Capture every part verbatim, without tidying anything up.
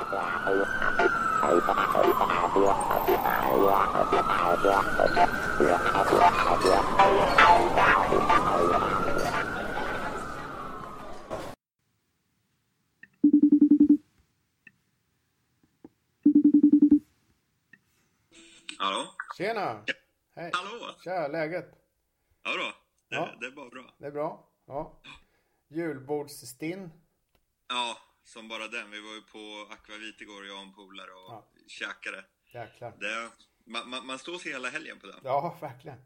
Hallå? Tjena! Hej! Hallå! Tja, läget? Ja då, det, Ja. det är bara bra. Det är bra, ja. Julbordsstinn. Ja, som bara den. Vi var ju på Akvavit igår, jag och en polare och Ja. käkade. Jäklar. Det, man, man, man står sig hela helgen på den. Ja, verkligen.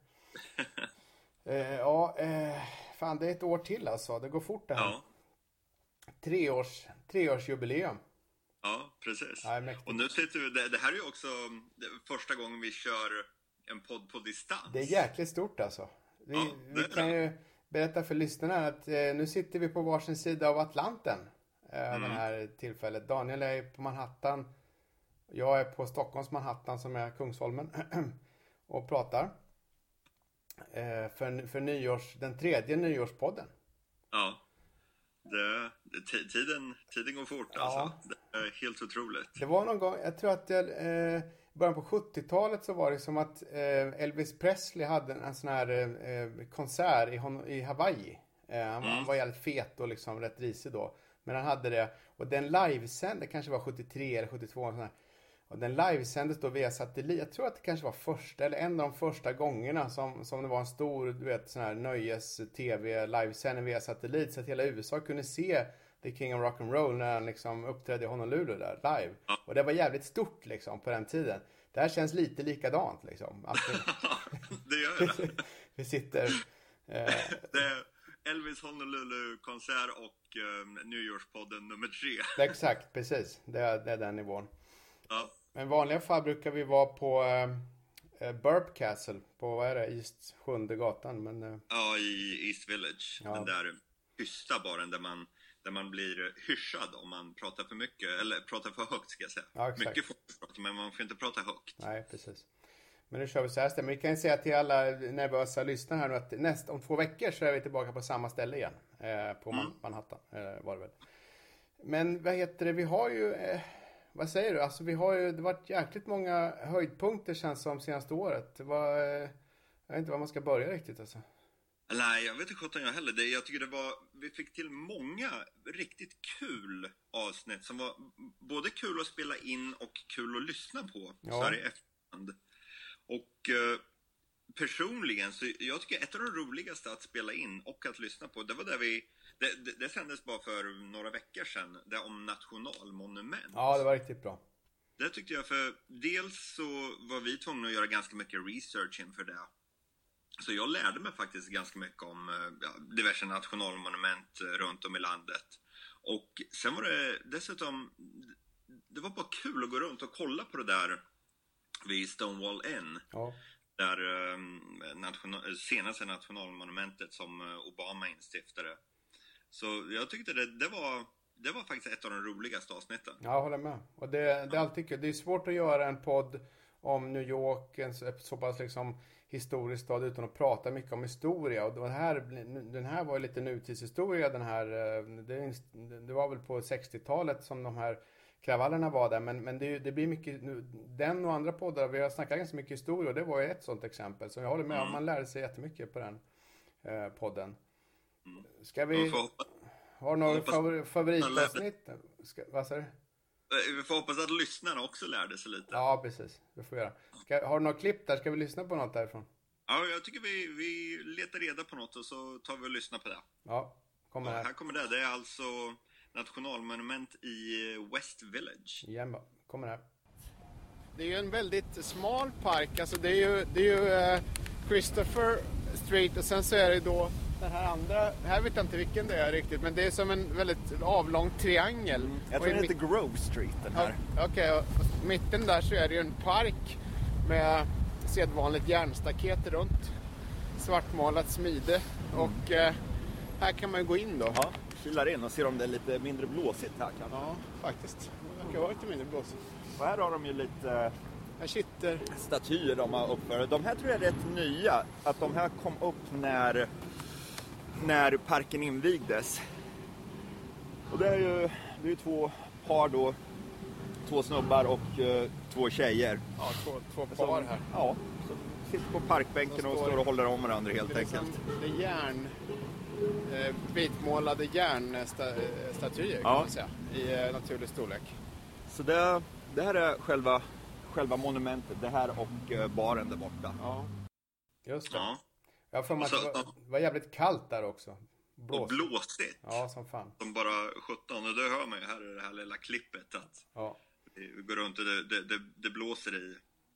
eh, ja, eh, fan det är ett år till alltså. Det går fort det här. Ja, Treårs, treårsjubileum. ja precis. Ja, mäktigt. Och nu sitter vi, det, det här är ju också första gången vi kör en podd på distans. Det är jäkligt stort alltså. Vi, Ja, det vi är kan det. ju berätta för lyssnarna att eh, nu sitter vi på varsin sida av Atlanten. Eh, Mm. Den här tillfället. Daniel är på Manhattan. Jag är på Stockholms Manhattan som är Kungsholmen. Och pratar. Eh, för, för nyårs, den tredje nyårspodden. Ja, det, det, ti- tiden, tiden går fort Ja. alltså. Det är helt otroligt. Det var någon gång, jag tror att jag, eh, i början på sjuttiotalet så var det som att eh, Elvis Presley hade en, en sån här eh, konsert i, hon, i Hawaii. Eh, han, Mm. han var jävligt fet och liksom rätt risig då. Men han hade det, och den livesände, det kanske var sjuttiotre eller sjuttiotvå. Och, sån här, och den livesändes då via satellit. Jag tror att det kanske var första, eller en av de första gångerna som, som det var en stor, du vet, sån här nöjes-tv livesändning via satellit. Så att hela U S A kunde se The King of Rock'n'Roll när han liksom uppträdde i Honolulu där, live. Och det var jävligt stort liksom på den tiden. Det här känns lite likadant liksom. Att vi, Det gör det. vi sitter... Eh, Det är Elvis Honolulu-konsert och um, nyårspodden nummer tre. exakt, precis. Det är, det är den nivån. Ja, Men i vanliga fall brukar vi vara på eh, Burp Castle. På, vad är det? East sjunde gatan. Men, eh, ja, i East Village. Ja. Den där tysta baren där man, där man blir hyschad om man pratar för mycket. Eller pratar för högt ska jag säga. Ja, exakt. Mycket får man prata, men man får inte prata högt. nej, precis. Men nu kör vi så här. Men vi kan ju säga till alla nervösa lyssnare här nu att näst, om två veckor så är vi tillbaka på samma ställe igen. Eh, på Man- Manhattan eh, var det väl. Men vad heter det? Vi har ju... Eh, vad säger du? Alltså vi har ju... Det har varit jäkligt många höjdpunkter känns som senaste året. Det var... Eh, jag vet inte var man ska börja riktigt alltså. Nej, jag vet inte sjutton jag heller. Det, jag tycker det var... Vi fick till många riktigt kul avsnitt som var både kul att spela in och kul att lyssna på. Ja. Så här i efterhand. Och eh, personligen så jag tycker ett av de roligaste att spela in och att lyssna på, det var där vi, det, det, det sändes bara för några veckor sedan, det om nationalmonument. Ja, det var riktigt bra. Det tyckte jag, för dels så var vi tvungna att göra ganska mycket research inför det. Så jag lärde mig faktiskt ganska mycket om eh, ja, diverse nationalmonument eh, runt om i landet. Och sen var det dessutom, det var bara kul att gå runt och kolla på det där vid Stonewall Inn. Ja. Där um, national, senaste nationalmonumentet som uh, Obama instiftade. Så jag tyckte det, det var det var faktiskt ett av de roligaste avsnitten. Ja, jag håller med. Och det, det är alltid kul. Det är svårt att göra en podd om New York, en så, så pass liksom historisk stad utan att prata mycket om historia. Och den här, den här var ju lite nutidshistoria. Den här, det, det var väl på sextiotalet som de här kravallerna var där. Men, men det, det blir mycket, den och andra poddar, vi har snackat ganska mycket historia och det var ju ett sånt exempel. Så jag håller med, mm. man lärde sig jättemycket på den eh, podden. Ska vi... Har du några favor- favoritavsnitt? Ska, vad säger du? Vi får hoppas att lyssnarna också lärde sig lite. Ja, precis. Det får vi göra. Ska, har du några klipp där? Ska vi lyssna på något därifrån? Ja, jag tycker vi, vi letar reda på något och så tar vi och lyssnar på det. Ja, kommer här. Ja, här kommer det. Det är alltså nationalmonument i West Village. Igen, kommer här. Det är ju en väldigt smal park. Alltså det är ju, det är ju uh, Christopher Street och sen så är det då den här andra, här vet jag inte vilken det är riktigt, men det är som en väldigt avlång triangel. Mm. Jag tror den heter Grove Street den här. Okej, okay, och mitten där så är det ju en park med sedvanligt järnstaket runt, svartmålat smide mm. och eh, här kan man gå in då. Ja, kilar in och ser om det är lite mindre blåsigt här kanske. Ja, faktiskt. Det verkar vara lite mindre blåsigt. Och här har de ju lite här sitter statyer de har uppfört. De här tror jag är rätt nya, att de här kom upp när när parken invigdes. Och det är ju det är ju två par då två snubbar och uh, två tjejer. Ja, två, två par här. Ja, så sitter på parkbänken och står och håller om varandra helt det enkelt. Liksom, det är järn, eh, vitmålade järnstatyer ja. kan man säga, i eh, naturlig storlek. Så det, det här är själva, själva monumentet, det här och uh, baren där borta. Ja, just det. Ja. Jag får att det var, det var jävligt kallt där också. Blåst. Och blåsigt. Ja, som fan. Som bara sjutton. Och då hör man ju här i det här lilla klippet att ja. det går runt och det, det, det, det blåser i,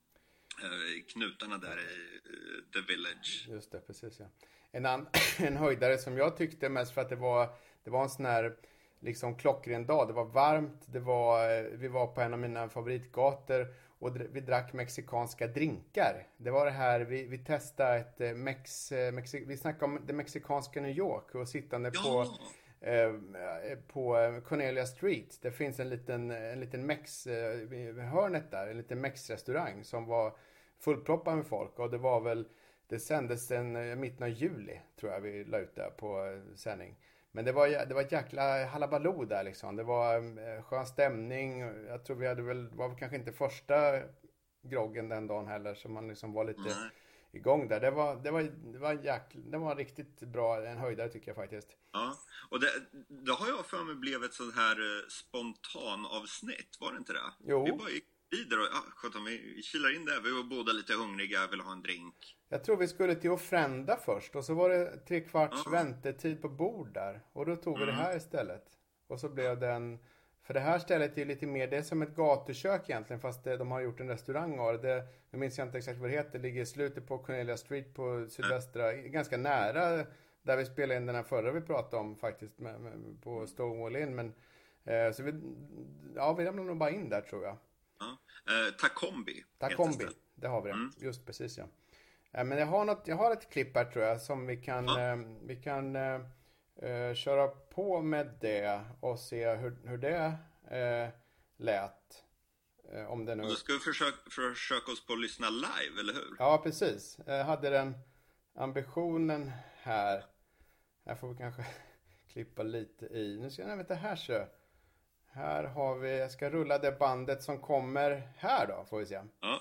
i knutarna där i The Village. Just det, precis ja. En, an, en höjdare som jag tyckte mest för att det var, det var en sån här liksom klockren dag. Det var varmt, det var, vi var på en av mina favoritgator och vi drack mexikanska drinkar. Det var det här, vi, vi testade ett mex, mexi, vi snackade om det mexikanska New York och sittande ja. på eh, på Cornelia Street. Det finns en liten, en liten mex, eh, hörnet där, en liten mex-restaurang som var fullproppad med folk och det var väl, det sändes en mitten av juli tror jag vi la ut där på sändning. Men det var, det var ett jäkla halabaloo där liksom. Det var eh, skön stämning. Jag tror vi hade väl, det var väl kanske inte första groggen den dagen heller. Så man liksom var lite Nej. igång där. Det var, det var, det var jäkla, det var riktigt bra, en höjdare tycker jag faktiskt. Ja, och det, det har jag för mig blev ett sånt här spontan avsnitt, var det inte det? Jo. Vi bara gick vidare och, ja, skönt, vi kilar in där. Vi var båda lite hungriga, ville ha en drink. Jag tror vi skulle till Ofrenda först och så var det tre kvarts ja. väntetid på bord där. Och då tog vi mm. det här istället. Och så blev det en, för det här stället är lite mer, det är som ett gatukök egentligen fast det, de har gjort en restaurang av det. Jag minns inte exakt vad det heter, det ligger i slutet på Cornelia Street på sydvästra, mm. ganska nära där vi spelade in den här förra vi pratade om faktiskt med, med, på Stonewall Inn. Men, eh, så vi, ja vi lämnar nog bara in där tror jag. Ja. Eh, Takombi. Takombi, det har vi det. Mm. Just precis ja. Men jag har, något, jag har ett klipp här tror jag som vi kan, ja. eh, vi kan eh, eh, köra på med det och se hur, hur det eh, lät. Eh, om det nu... Och då ska vi försöka, försöka oss på att lyssna live, eller hur? Ja, precis. Jag hade den ambitionen här. Här får vi kanske klippa lite i. Nu ska jag vänta här så. Här har vi, jag ska rulla det bandet som kommer här då, får vi se. Ja.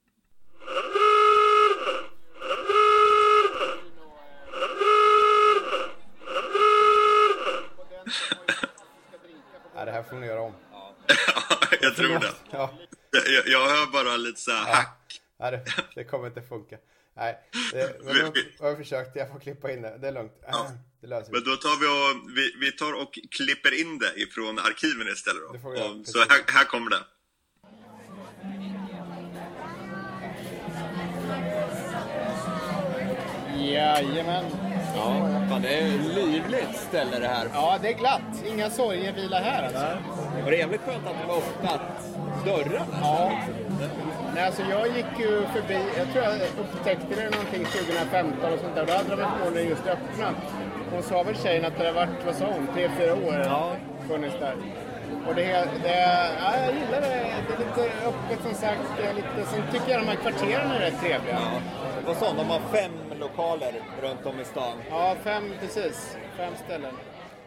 Ja, det här får ni göra om. Ja, jag tror det. Ja. Jag, jag hör bara lite så här ja. hack. Ja, det, det kommer inte funka. Nej, det, men då har jag försökt. Jag får klippa in det. Det är lugnt. Ja. Det löser vi. Men då tar vi och vi, vi tar och klipper in det ifrån arkiven istället då. Det får vi göra, och, så här, här kommer det. Jajamän. Ja, fan, det är ett livligt ställe det här. Ja, det är glatt. Inga sorgevila här alltså. Ja. Och det är jävligt skönt att det var öppnat dörren. Ja. Nej, alltså jag gick ju förbi, jag tror jag upptäckte det någonting tjugo femton och sånt där. Då hade de förmodligen just öppnat. Hon sa väl tjejen att det har varit, vad sa hon, tre, fyra år ja. funnits där. Och det, det, ja, jag gillar det. Det är lite öppet som sagt. Lite, sen tycker jag de här kvarteren är rätt trevliga. Ja. Vad sa de har fem lokaler runt om i stan. Ja, fem, precis. Fem ställen.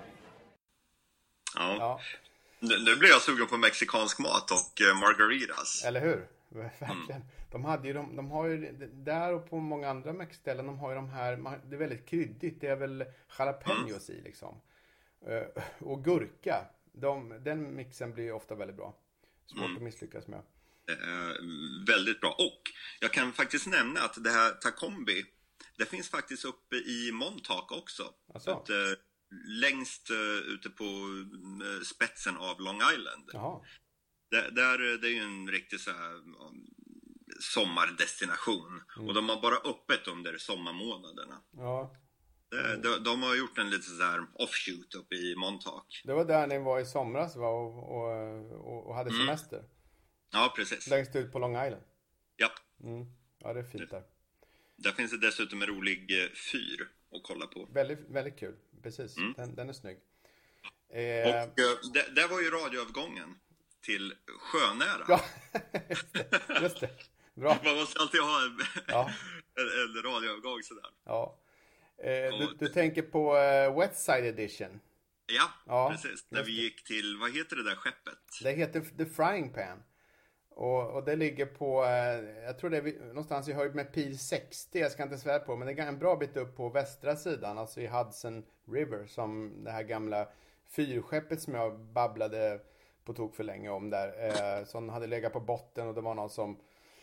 Ja. ja. Nu, nu blir jag sugen på mexikansk mat och uh, margaritas. Eller hur? Verkligen. Mm. De hade ju, de, de har ju, där och på många andra Mex-ställen, de har ju de här, det är väldigt kryddigt. Det är väl jalapenos mm. i liksom. Uh, och gurka. De, den mixen blir ju ofta väldigt bra. Svårt mm. att misslyckas med. Uh, väldigt bra. Och jag kan faktiskt nämna att det här Takombi, det finns faktiskt uppe i Montauk också. Alltså. Att, uh, längst uh, ute på uh, spetsen av Long Island. Jaha. Det, där, det är ju en riktig så här, um, sommardestination. Mm. Och de har bara öppet under sommarmånaderna. Ja. De, de, de har gjort en lite så här offshoot uppe i Montauk. Det var där ni var i somras va? Och, och, och hade mm. semester. Ja, precis. Längst ut på Long Island. Ja. Mm. Ja, det är fint där. Där finns det dessutom en rolig eh, fyr att kolla på. Väldigt, väldigt kul. Precis. Mm. Den, den är snygg. Eh... Och eh, det, där var ju radioavgången till Sjönära. Ja, just det. Just det. Bra. Man måste alltid ha en, ja. en, en radioavgång sådär. Ja. Eh, du, du tänker på uh, Westside Edition? Ja, Ja, precis. När just vi det. gick till, vad heter det där skeppet? Det heter The Frying Pan. Och, och det ligger på, eh, jag tror det är vid- någonstans i höjd med pil sextio, jag ska inte svära på, men det är en bra bit upp på västra sidan, alltså i Hudson River, som det här gamla fyrskeppet som jag babblade på tok för länge om där, eh, som hade legat på botten och det var någon som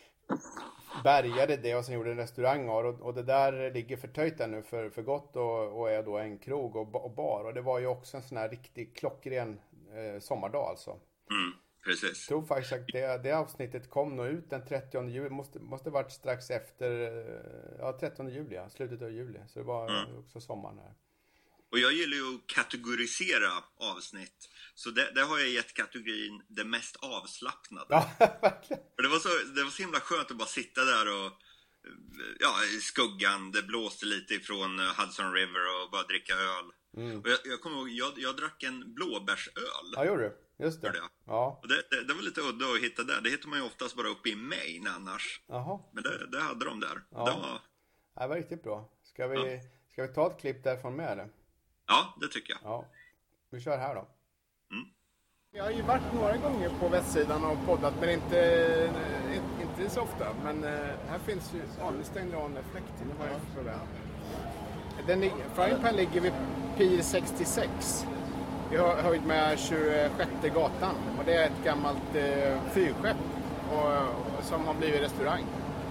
bärgade det och sen gjorde en restaurang av, och, och det där ligger förtöjt där nu för, för gott och, och är då en krog och, ba- och bar, och det var ju också en sån här riktig klockren eh, sommardag alltså. Mm, precis. Jag tror faktiskt att det, det avsnittet kom nog ut den trettionde juli, måste, måste varit strax efter, eh, ja trettonde juli, ja, slutet av juli, så det var Mm. också sommaren här. Och jag gillar ju att kategorisera avsnitt. Så det, det har jag gett kategorin det mest avslappnade. Ja, verkligen. För det var, så, det var så himla skönt att bara sitta där och ja, i skuggan, det blåste lite ifrån Hudson River och bara dricka öl. Mm. Och jag, jag kommer ihåg, jag, jag drack en blåbärsöl. Ja, gjorde du? Just det. Gjorde jag. Ja, Och det, det, det var lite udda att hitta där. Det hittar man ju oftast bara uppe i Maine annars. jaha. Men det, det hade de där. Ja. Det var, Det var riktigt bra. Ska vi, Ja. ska vi ta ett klipp därifrån med eller? ja, det tycker jag. Ja. Vi kör här då. Mm. Jag har ju varit några gånger på västsidan och poddat, men inte, inte, inte så ofta. Men här finns ju... Ja, nu stängde jag av fläkten. Det var ju problem. Den lig- Frying Pan ligger vid pil sextiosex. Vi har höjd med tjugosjätte gatan. Och det är ett gammalt eh, fyrskepp och, och, som har blivit restaurang.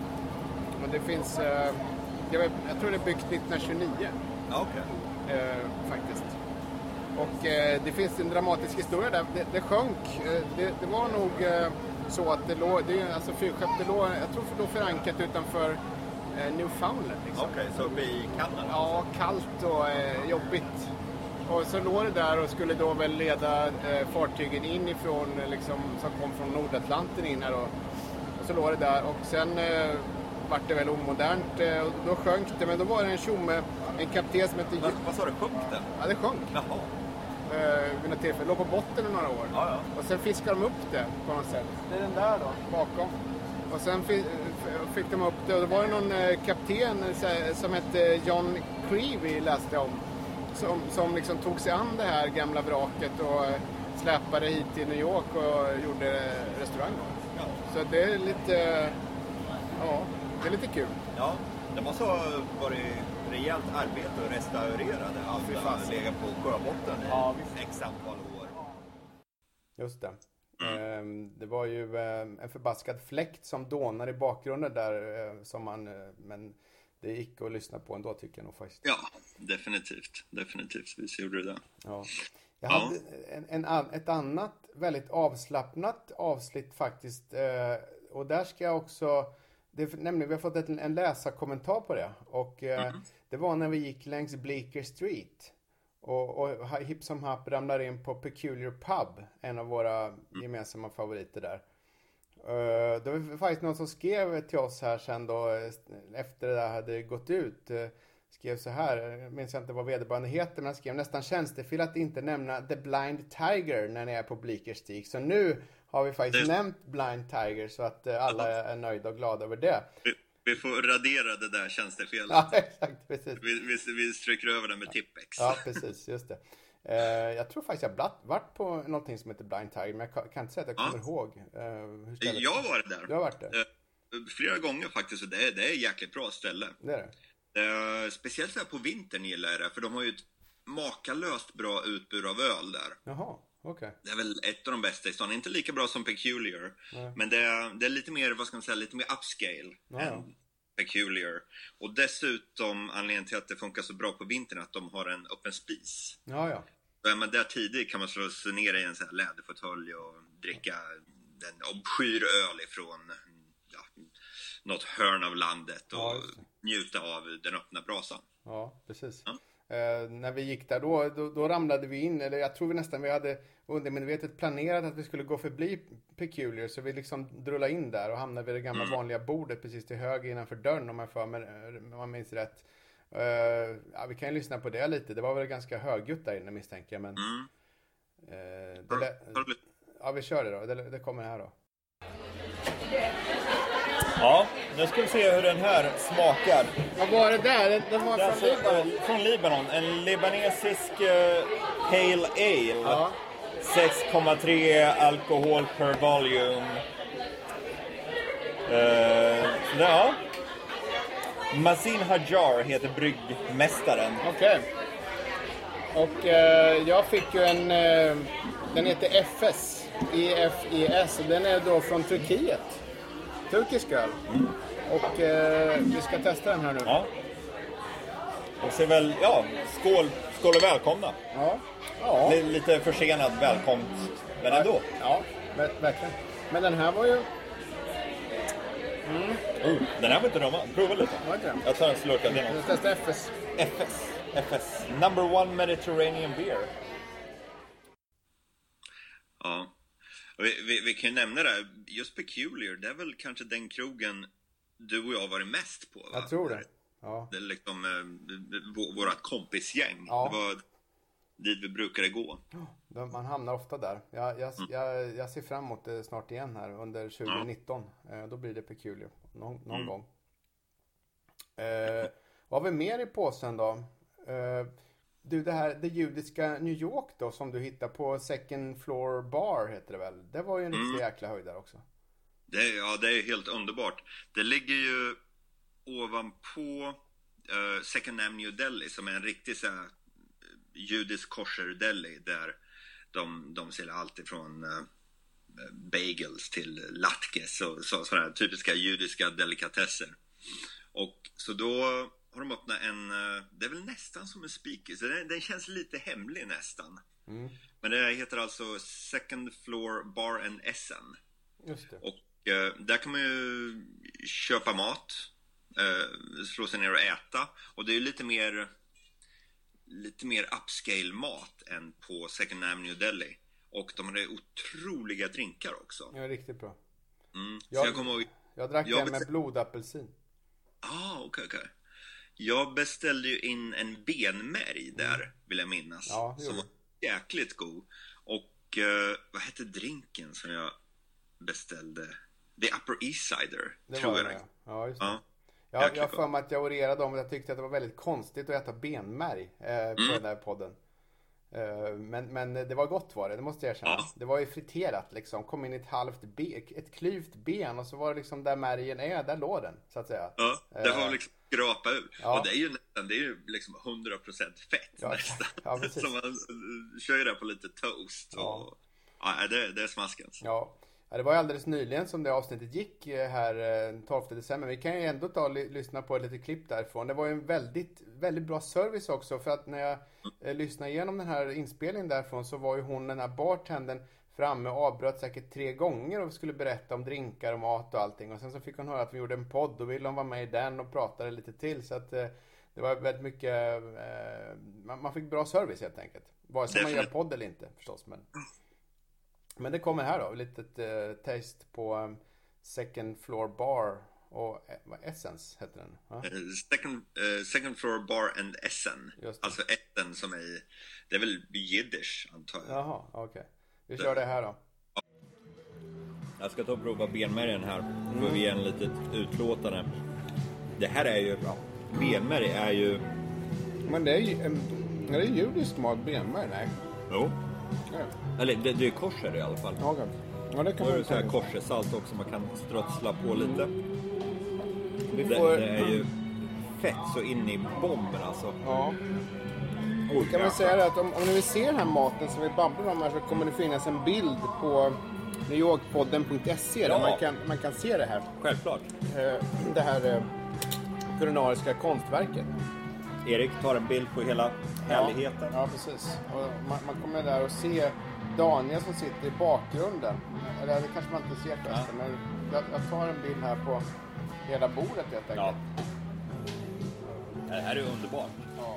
Och det finns... Eh, jag, vet, jag tror det är byggt nittonhundratjugonio. Ja, okej. Eh, faktiskt. Och eh, det finns en dramatisk historia där. Det, det sjönk. Eh, det, det var nog eh, så att det låg, det är alltså fyrskepp, det låg, jag tror det låg förankrat utanför eh, Newfoundland liksom. Okej, så uppe i Kanada? Ja, kallt och eh, jobbigt. Och så låg det där och skulle då väl leda eh, fartygen inifrån, eh, liksom, som kom från Nordatlanten in här då. Och så låg det där och sen eh, vart det väl omodernt eh, och då sjönk det. Men då var det en tjomme, en kapten som hette... Vad, vad sa du, sjönk den? Ja, det sjönk. Jaha. Eh, vid något tillfälle. Låg på botten i några år. Ja, ja. Och sen fiskade de upp det på något sätt. Det är den där då, bakom. Och sen fi- f- fick de upp det och då var det någon eh, kapten eh, så- som hette John Creevy, läste jag om. Som, som liksom tog sig an det här gamla vraket och eh, släpade hit till New York och gjorde eh, restaurang då. Ja. Så det är lite, eh, ja, det är lite kul. Ja, det måste ha varit rejält arbete att restaurera det. Ja, fy Att fasen. lägga på sjöbotten i Ja, x antal år. Just det. Ehm, det var ju ehm, en förbaskad fläkt som dånar i bakgrunden där eh, som man, eh, men det gick att lyssna på ändå tycker jag nog faktiskt. Ja, definitivt. Definitivt. Vi gjorde det där. Ja. Jag Ja. hade en, en, an- ett annat väldigt avslappnat avsnitt faktiskt, eh, och där ska jag också, det, nämligen vi har fått ett, en läsarkommentar på det och eh, det var när vi gick längs Bleecker Street. Och, och hipp som happ ramlar in på Peculiar Pub, en av våra gemensamma favoriter där. Uh, det var faktiskt någon som skrev till oss här sen då, eh, efter det där hade gått ut. Uh, skrev så här, jag minns inte vad vederbörande heter, men han skrev nästan tjänstefel att inte nämna The Blind Tiger när ni är på Bleecker Street. Så nu har vi faktiskt Det- nämnt Blind Tiger så att uh, alla är nöjda och glada över det. Vi, vi får radera det där tjänstefelet. Ja, exakt, precis. Vi, vi, vi stryker över det med Tippex. Ja, precis, just det. Eh, jag tror faktiskt jag blatt, varit på någonting som heter Blind Tiger, men jag kan, kan inte säga att jag Ja. kommer ihåg eh, hur stället Jag har varit där. Du har varit där? Eh, Flera gånger faktiskt, och det är, det är ett jäkligt bra ställe. Det är det? Eh, speciellt så här på vintern gillar jag det, för de har ju ett makalöst bra utbud av öl där. Jaha, okej. Det är väl ett av de bästa i stan. Inte lika bra som Peculiar, Nej. men det är, det är lite mer, vad ska man säga, lite mer upscale Ja, än ja. Peculiar. Och dessutom, anledningen till att det funkar så bra på vintern är att de har en öppen spis. Ja, ja. Och är man där tidigt kan man slå sig ner i en sån här läderfåtölj och dricka den obskyr öl ifrån ja, något hörn av landet och Ja, just det. njuta av den öppna brasan. Ja, precis. Ja. Eh, när vi gick där då, då, då ramlade vi in, eller jag tror vi nästan vi hade undermedvetet planerat att vi skulle gå förbi Peculiar, så vi liksom drullade in där och hamnade vid det gamla Mm. vanliga bordet precis till höger innanför dörren om jag för mig, om man minns rätt. Eh, ja, vi kan ju lyssna på det lite, det var väl ganska högljutt där inne misstänker jag, men Mm. eh, det Har, lä- har du, ja, vi kör det då, det, det kommer här då. Ja, nu ska vi se hur den här smakar. Vad var det där? Den var Det är från alltså, Libanon. eh, från Libanon. En libanesisk uh, Pale Ale. Ja. sex komma tre alkohol per volume. Uh, ja. Mazin Hajar heter bryggmästaren. Okej. Och eh, jag fick ju en... Eh, den heter F S. E F E S. Och den är då från Turkiet. Turkisk öl. Mm. Och eh, vi ska testa den här nu. Ja. Och ser väl, ja, skål, skål och välkomna. Ja. Ja. Det är lite försenad välkomst, men ändå. Ja, ver- verkligen. Men den här var ju... Mm. Uh, den här var inte dumma. Prova lite. Var inte den? Jag tar en slurk av Vi den. ska testa F S. F S. F S. Number one Mediterranean beer. Ja. Och vi, vi, vi kan ju nämna det, just Peculiar, det är väl kanske den krogen du och jag har varit mest på, va? Jag tror det. Ja. Det är liksom eh, vårat kompisgäng. Ja. Det var dit vi brukade gå. De- Man hamnar ofta där. Jag, jag, jag, jag ser fram emot det snart igen här under tjugonitton. Eh, då blir det Peculiar. Någon, någon Mm. gång. Eh, vad har vi mer i påsen då? Eh, du, det här, det judiska New York då, som du hittar på Second Floor Bar heter det väl? Det var ju en riktig Mm. jäkla höjdare också. Det är, ja, det är helt underbart. Det ligger ju ovanpå uh, Second Avenue Deli, som är en riktig så här, judisk kosher-deli, där de, de säljer allt ifrån uh, bagels till latkes och så, sådana här typiska judiska delikatesser. Och så då har de öppnat en, uh, det är väl nästan som en speaker, så den, den känns lite hemlig nästan. Mm. Men det heter alltså Second Floor Bar and Essen. Just det. Och eh, där kan man ju köpa mat, eh, slå sig ner och äta. Och det är ju lite mer lite mer upscale mat än på Second Avenue Deli. Och de har otroliga drinkar också. Ja, riktigt bra. Mm. Så Jag- jag kommer ihåg... Jag drack Jag den med vet- blodapelsin. Ah, okej, okej. Jag beställde ju in en benmärg där, vill jag minnas. Ja, det som gjorde var jäkligt god. Och eh, vad hette drinken som jag beställde? The Upper East Sider, Det tror var jag. det, ja. Ja, just det. Ja. Jag, jag Jäkligt har för mig att jag orerade om att jag tyckte att det var väldigt konstigt att äta benmärg eh, på Mm. den där podden. Eh, men, men det var gott var det, det måste jag erkänna. Ja. Det var ju friterat liksom, kom in i ett halvt ben, ett klyvt ben och så var det liksom där märgen är, där låg den så att säga. Ja, det Eh, har liksom skrapa ut. ja. Och det är ju nästan, det är ju liksom hundra procent fett Ja, nästan. ja, precis. Så man eh, kör ju det på lite toast. Ja. Och, ja, det, det är smaskens. Ja. Ja, det var ju alldeles nyligen som det avsnittet gick eh, här eh, tolfte december. Vi kan ju ändå ta och ly- lyssna på ett litet klipp därifrån. Det var ju en väldigt, väldigt bra service också. För att när jag eh, lyssnade igenom den här inspelningen därifrån så var ju hon, den här bartendern, framme och avbröt säkert tre gånger och skulle berätta om drinkar och mat och allting. Och sen så fick hon höra att vi gjorde en podd och ville hon vara med i den och pratade lite till. Så att eh, det var väldigt mycket, eh, man, man fick bra service helt enkelt. Vare sig man gör podd eller inte förstås. Men... Men det kommer här då, ett litet eh, taste på um, Second Floor Bar och eh, vad, Essence heter den. Ja? Eh, Second, eh, second Floor Bar and Essen. Just det. Alltså Essen som är, det är väl jiddisch antar jag. Jaha, okej. Vi kör det här då. Jag ska ta och prova benmärgen här. Då får vi ge en litet utlåtande. Det här är ju bra. Benmärg är ju... Men det är ju en, är det judisk mat, benmärg? Nej. Jo. Ja, Eller det, det är korser i alla fall. okej. Ja, det kan Då är man det så här säga. korsesalt också. Man kan strötsla på lite. Vi Det, får, det är ju fett så in i bomben alltså. ja. Oj, Kan man jäklar. säga det att om, om ni vill se den här maten som vi babblar om här så kommer det finnas en bild på new york podden punkt se där Ja. man kan, man kan se det här. Självklart. Eh, Det här eh, kulinariska konstverket. Erik tar en bild på hela härligheten. Ja, ja precis. Och man, man kommer där och se Daniel som sitter i bakgrunden. Eller det kanske man inte ser förresten. Men jag, jag tar en bild här på hela bordet helt enkelt. Ja. Det här är underbart. Ja.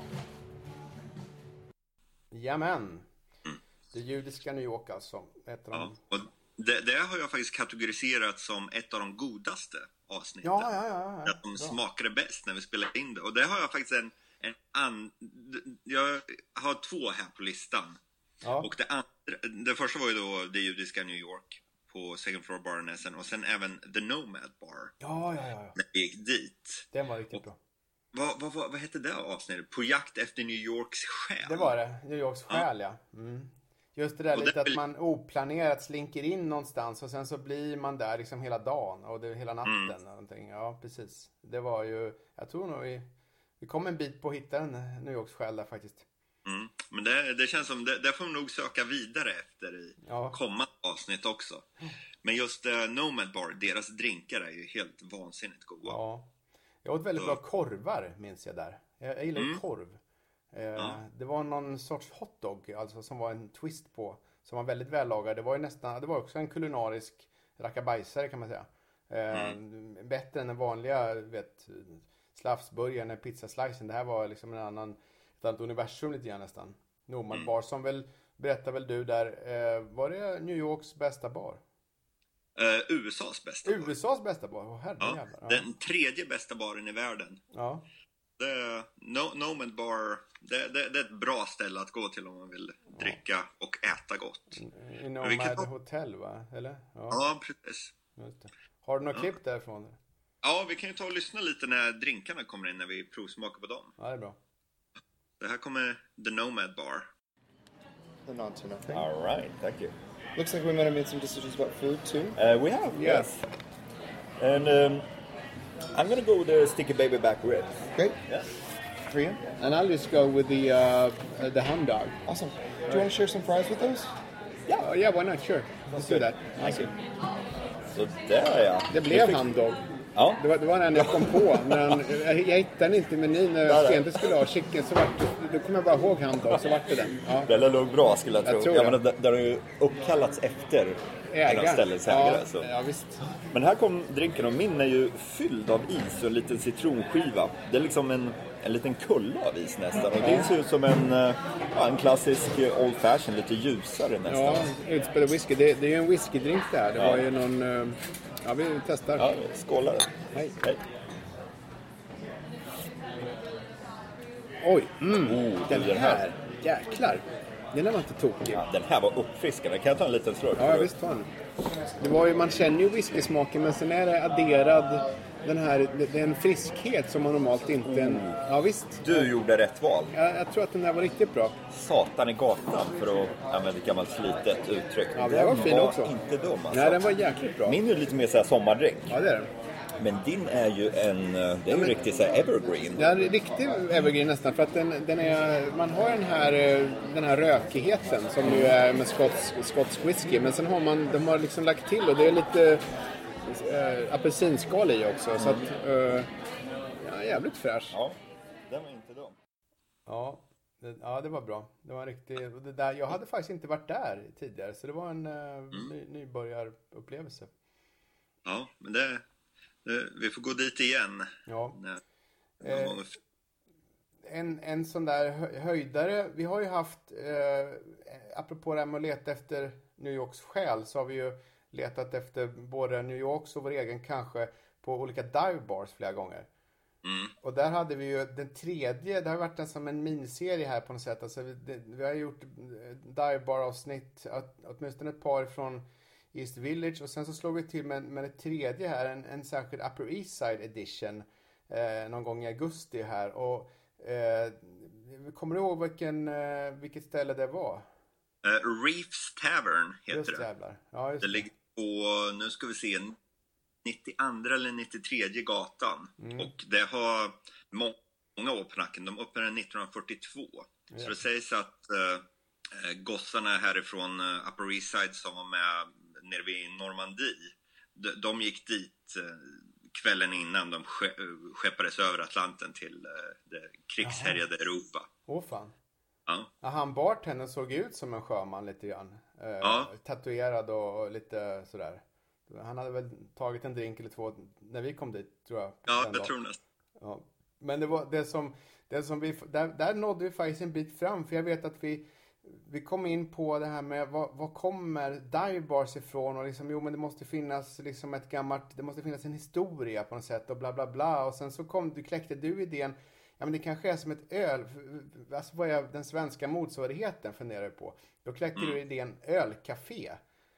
Jamen. Det judiska New York alltså. Ett av Ja. de... Och det, det har jag faktiskt kategoriserat som ett av de godaste avsnitten. Ja, ja, ja. ja. Att de Bra. smakade bäst när vi spelade in det. Och det har jag faktiskt en, en an... Jag har två här på listan. Ja. Och det andra, det första var ju då det judiska New York på på Second Floor Baronessen och sen även The Nomad Bar. Ja, ja, ja. När vi gick dit. Den var riktigt och, bra. Vad, vad, vad, vad hette det avsnittet? På jakt efter New Yorks själ. Det var det. New Yorks själ, ja. ja. Mm. Just det där och lite att man oplanerat slinker in någonstans och sen så blir man där liksom hela dagen och det, hela natten. Mm. Någonting. Ja, precis. Det var ju, jag tror nog vi, vi kom en bit på att hitta en New Yorks själ där faktiskt. Mm. Men det, det känns som, det, det får vi nog söka vidare efter i ja. kommande avsnitt också. Men just uh, Nomad Bar, deras drinkar är ju helt vansinnigt goda. Ja. Jag åt väldigt så. bra korvar, minns jag där. Jag, jag gillar ju mm. korv. Eh, ja. Det var någon sorts hotdog, alltså som var en twist på. Som var väldigt vällagad. Det var ju nästan, det var också en kulinarisk rackabajsare kan man säga. Eh, mm. Bättre än den vanliga, vet, slafsburgaren, pizzaslicen. Det här var liksom en annan, ett annat universum lite grann nästan. Nomad mm. Bar som väl, berättar väl du där, eh, var det New Yorks bästa bar? Uh, U S A:s bästa bar. U S A:s bästa bar? Oh, ja, ja. Den tredje bästa baren i världen. Ja. Det, no, Nomad Bar, det, det, det är ett bra ställe att gå till om man vill ja. dricka och äta gott. I Nomad ta... Hotel, va? Eller? Ja, ja precis. Just det. Har du några ja. klipp därifrån? Ja, vi kan ju ta och lyssna lite när drinkarna kommer in, när vi provsmakar på dem. Ja, det är bra. Det här kommer The Nomad Bar. The non-tuna thing. All right, thank you. Looks like we might have made some decisions about food too. Uh, we have, yes. And um, I'm gonna go with the sticky baby back ribs. Great. Yeah. For you? And I'll just go with the uh, the ham dog. Awesome. Do you want to share some fries with those? Yeah, uh, yeah, why not? Sure. Let's do that. Thank you. Så där ja. Det blev ham dog. Ja. Det var, det var den jag kom på. Men jag, jag hittade den inte i menyn när jag inte skulle ha chicken. Så vart det, då kommer jag bara ihåg ham dog, så vart det den. Ja. Det låg bra skulle jag tro. Jag tror ja, men det, det har ju uppkallats efter ägaren. Ställets ägare. Ja, så. Ja, visst. Men här kom drinken och min är ju fylld av is och en liten citronskiva. Det är liksom en, en liten kulla av is nästan. Och det ser ut som en, ja, en klassisk old fashion, lite ljusare nästan. Ja, utspelad whisky. Det, det är ju en whiskydrink där. Det ja. var ju någon... Ja, vi testar. Ja, skålar. Hej. Hej. Oj, mm. oh, den, den här. här. Jäklar. Den var inte tokig. Ja, den här var uppfriskande. Kan jag ta en liten slurk? Ja, visst var den. Det var ju, man känner ju whiskysmaken, men sen är det adderad den här, det är en friskhet som man normalt inte... En, ja, visst. Du gjorde rätt val. Ja, jag tror att den här var riktigt bra. Satan i gatan, för att använda ett gammalt slitet uttryck. Ja, den var fin var också. Inte dum alltså. Nej, den var jäkligt bra. Min är lite mer så här sommardrink. Ja, det är den. Men din är ju en, det är ja, ju men, riktigt så här evergreen. Ja, riktig evergreen nästan, för att den, den är, man har den här, den här rökigheten som nu är med skotsk, skotsk whisky, men sen har man, de har liksom lagt till och det är lite äh, apelsinskal i också, mm. så att, äh, ja, jävligt fräsch. Ja, den var inte dum. Ja, det, ja, det var bra. Det var riktigt, det där, jag hade faktiskt inte varit där tidigare, så det var en äh, mm. ny, nybörjarupplevelse. Ja, men det vi får gå dit igen. Ja. Nej, eh, en, en sån där höjdare. Vi har ju haft, eh, apropå det här med att leta efter New Yorks själ, så har vi ju letat efter både New Yorks och vår egen kanske på olika dive bars flera gånger. Mm. Och där hade vi ju den tredje, det har varit en som en miniserie här på något sätt. Alltså vi, det, vi har gjort dive bar avsnitt, åtminstone ett par från East Village, och sen så slog vi till med, med det tredje här, en, en särskild Upper East Side edition eh, någon gång i augusti här, och eh, kommer du ihåg vilken, eh, vilket ställe det var? Uh, Reefs Tavern heter just det. Jävlar. Ja, just det ligger på, nu ska vi se, nittioandra eller nittiotredje gatan. Mm. Och det har må- många år på nacken. De öppnade nittonhundrafyrtiotvå. Ja. Så det sägs att uh, gossarna härifrån uh, Upper East Side som var med nere vid Normandie, de, de gick dit uh, kvällen innan de ske- skeppades över Atlanten till uh, det krigshärjade Aha. Europa. Åh fan. Ja. Ja, han bartendern såg ut som en sjöman lite grann. Uh, ja. Tatuerad och, och lite sådär. Han hade väl tagit en drink eller två när vi kom dit, tror jag. Ja, jag tror nästan. Ja. Men det var det som, det som vi, där, där nådde vi faktiskt en bit fram. För jag vet att vi, vi kom in på det här med vad, vad kommer dive bars ifrån? Och liksom, jo men det måste finnas liksom ett gammalt, det måste finnas en historia på något sätt och bla bla bla. Och sen så kom du, kläckte du idén, ja men det kanske är som ett öl. Alltså vad är den svenska motsvarigheten, funderar jag på. Då kläckte mm. du idén ölcafé.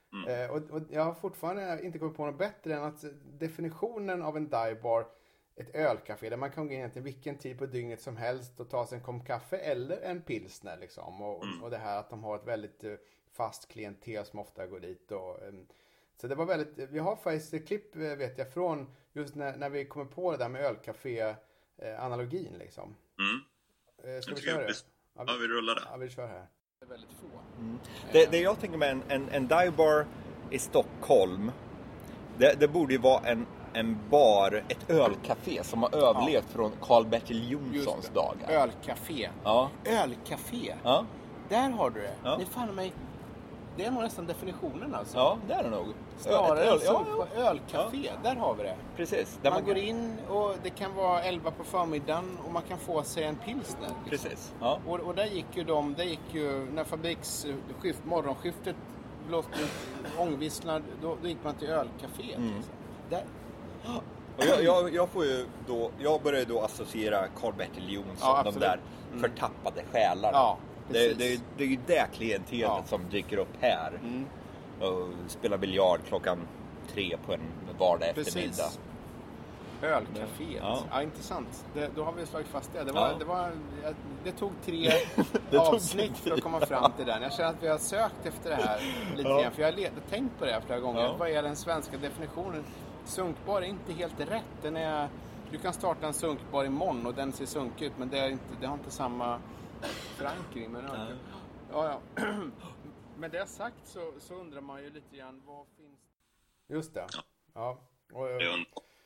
Mm. Eh, och, och jag har fortfarande inte kommit på något bättre än att definitionen av en dive bar, ett ölcafé där man kan gå in till vilken tid på dygnet som helst och ta sig en kopp kaffe eller en pilsner liksom. Och, Mm. och det här att de har ett väldigt uh, fast klientel som ofta går dit. Och, um, så det var väldigt, vi har faktiskt ett klipp vet jag från just när, när vi kommer på det där med ölcafé-analogin eh, liksom. Mm. Eh, ska vi Jag köra det? tycker vi- Ja, vi rullar det. Ja, vi kör här. Det är väldigt få. Det, det jag tänker med en, en, en dive bar i Stockholm, det, det borde ju vara en, en bar, ett ölcafé som har överlevt från Karl-Bertil Jonssons dagar. Ölcafé. Ja. Ölcafé. Ja. Där har du det. Ja. Det är fan mig. Det är nog nästan definitionen alltså. Ja, det är det nog. Snarare Öl, öl, ja, ja, ja. ölcafé. Där har vi det. Precis. Där Man går in och det kan vara elva på förmiddagen och man kan få sig en pilsner. Liksom. Precis. Ja. Och, och där gick ju de, där gick ju när fabriksskift, morgonskiftet blåste ångvisslar, då, då gick man till ölcafé. Mm. Liksom. Där. Och jag, jag, jag får ju då, jag börjar ju då associera Karl-Bertil Jonsson, Ja, de absolut. där Mm. förtappade själarna. Ja, det, precis. det, det är ju det klientelet Ja. som dyker upp här. Mm. Och spelar biljard klockan tre på en vardag eftermiddag. Precis. Ölcaféet. Ja. Ja, intressant. Det, då har vi slagit fast det. Det, var, Ja. det, var, det tog tre Det tog avsnitt tre. för att komma fram till den. Jag känner att vi har sökt efter det här lite Ja. grann. För jag har let- tänkt på det här flera gånger. Ja. Vad är den svenska definitionen? Sunkbar är inte helt rätt. Den är, du kan starta en sunkbar imorgon och den ser sunkig ut. Men det, är inte, det har inte samma förankring. Men, Nej. ja, ja. Med det sagt så, så undrar man ju lite grann vad finns. Just det. Ja. Och, Det är en-